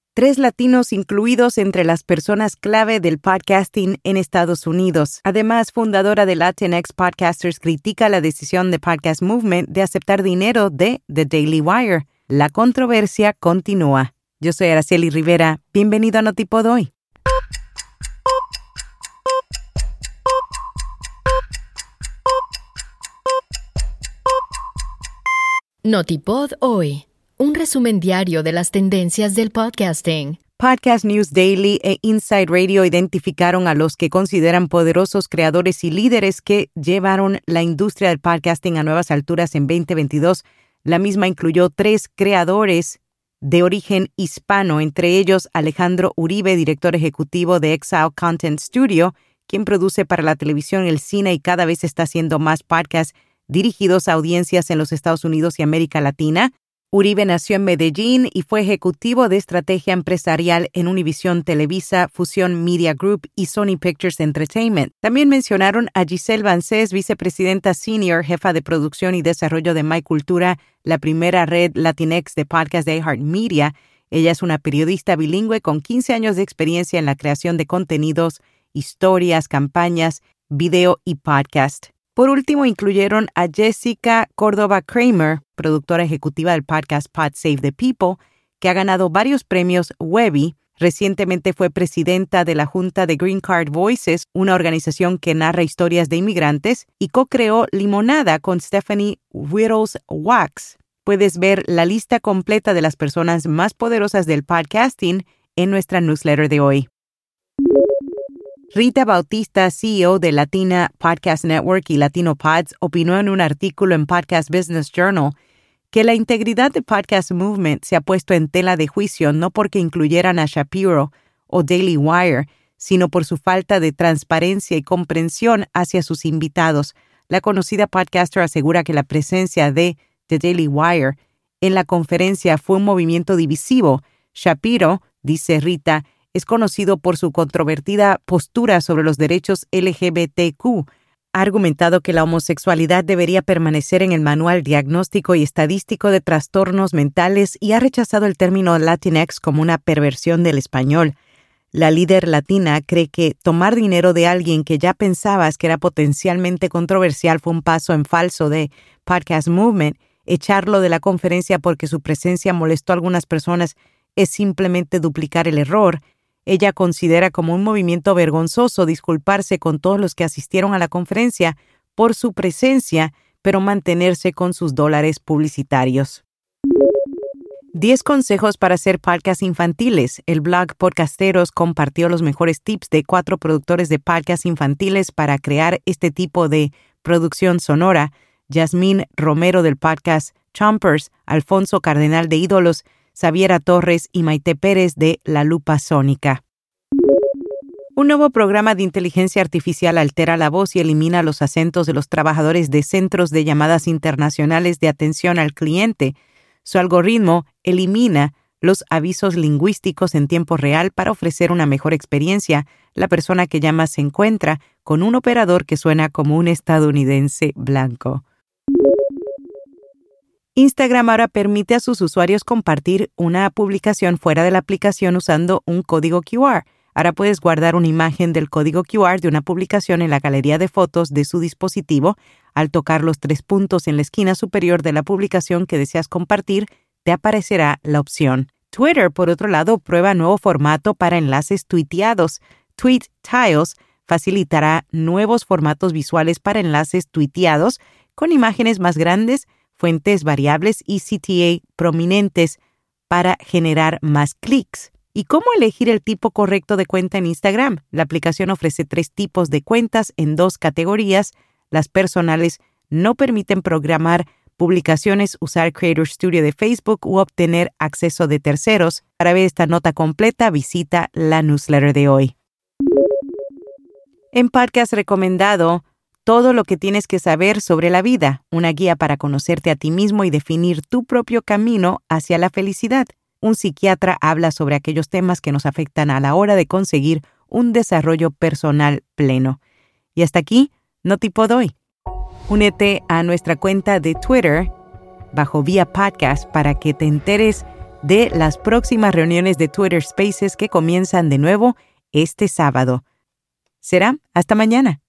3 latinos incluidos entre las personas clave del podcasting en Estados Unidos. Además, fundadora de Latinx Podcasters critica la decisión de Podcast Movement de aceptar dinero de The Daily Wire. La controversia continúa. Yo soy Araceli Rivera. Bienvenido a Notipod hoy. Notipod hoy. Un resumen diario de las tendencias del podcasting. Podcast News Daily e Inside Radio identificaron a los que consideran poderosos creadores y líderes que llevaron la industria del podcasting a nuevas alturas en 2022. La misma incluyó 3 creadores de origen hispano, entre ellos Alejandro Uribe, director ejecutivo de Exile Content Studio, quien produce para la televisión, el cine y cada vez está haciendo más podcasts dirigidos a audiencias en los Estados Unidos y América Latina. Uribe nació en Medellín y fue ejecutivo de estrategia empresarial en Univision Televisa, Fusion Media Group y Sony Pictures Entertainment. También mencionaron a Giselle Vances, vicepresidenta senior, jefa de producción y desarrollo de My Cultura, la primera red Latinx de podcast de iHeartMedia. Ella es una periodista bilingüe con 15 años de experiencia en la creación de contenidos, historias, campañas, video y podcast. Por último, incluyeron a Jessica Córdoba Kramer, productora ejecutiva del podcast Pod Save the People, que ha ganado varios premios Webby. Recientemente fue presidenta de la Junta de Green Card Voices, una organización que narra historias de inmigrantes, y co-creó Limonada con Stephanie Whittles Wax. Puedes ver la lista completa de las personas más poderosas del podcasting en nuestra newsletter de hoy. Rita Bautista, CEO de Latina Podcast Network y Latino Pods, opinó en un artículo en Podcast Business Journal que la integridad de Podcast Movement se ha puesto en tela de juicio no porque incluyeran a Shapiro o Daily Wire, sino por su falta de transparencia y comprensión hacia sus invitados. La conocida podcaster asegura que la presencia de The Daily Wire en la conferencia fue un movimiento divisivo. Shapiro, dice Rita, es conocido por su controvertida postura sobre los derechos LGBTQ. Ha argumentado que la homosexualidad debería permanecer en el Manual Diagnóstico y Estadístico de Trastornos Mentales y ha rechazado el término Latinx como una perversión del español. La líder latina cree que tomar dinero de alguien que ya pensabas que era potencialmente controversial fue un paso en falso de Podcast Movement. Echarlo de la conferencia porque su presencia molestó a algunas personas es simplemente duplicar el error. Ella considera como un movimiento vergonzoso disculparse con todos los que asistieron a la conferencia por su presencia, pero mantenerse con sus dólares publicitarios. 10 consejos para hacer podcasts infantiles. El blog Podcasteros compartió los mejores tips de 4 productores de podcasts infantiles para crear este tipo de producción sonora. Yasmín Romero del podcast Chompers, Alfonso Cardenal de Ídolos, Xaviera Torres y Maite Pérez de La Lupa Sónica. Un nuevo programa de inteligencia artificial altera la voz y elimina los acentos de los trabajadores de centros de llamadas internacionales de atención al cliente. Su algoritmo elimina los avisos lingüísticos en tiempo real para ofrecer una mejor experiencia. La persona que llama se encuentra con un operador que suena como un estadounidense blanco. Instagram ahora permite a sus usuarios compartir una publicación fuera de la aplicación usando un código QR. Ahora puedes guardar una imagen del código QR de una publicación en la galería de fotos de su dispositivo. Al tocar los 3 puntos en la esquina superior de la publicación que deseas compartir, te aparecerá la opción. Twitter, por otro lado, prueba nuevo formato para enlaces tuiteados. Tweet Tiles facilitará nuevos formatos visuales para enlaces tuiteados con imágenes más grandes, fuentes variables y CTA prominentes para generar más clics. ¿Y cómo elegir el tipo correcto de cuenta en Instagram? La aplicación ofrece 3 tipos de cuentas en 2 categorías. Las personales no permiten programar publicaciones, usar Creator Studio de Facebook u obtener acceso de terceros. Para ver esta nota completa, visita la newsletter de hoy. En podcast recomendado, todo lo que tienes que saber sobre la vida, una guía para conocerte a ti mismo y definir tu propio camino hacia la felicidad. Un psiquiatra habla sobre aquellos temas que nos afectan a la hora de conseguir un desarrollo personal pleno. Y hasta aquí, Notipod hoy. Únete a nuestra cuenta de Twitter bajo Vía Podcast para que te enteres de las próximas reuniones de Twitter Spaces que comienzan de nuevo este sábado. Será hasta mañana.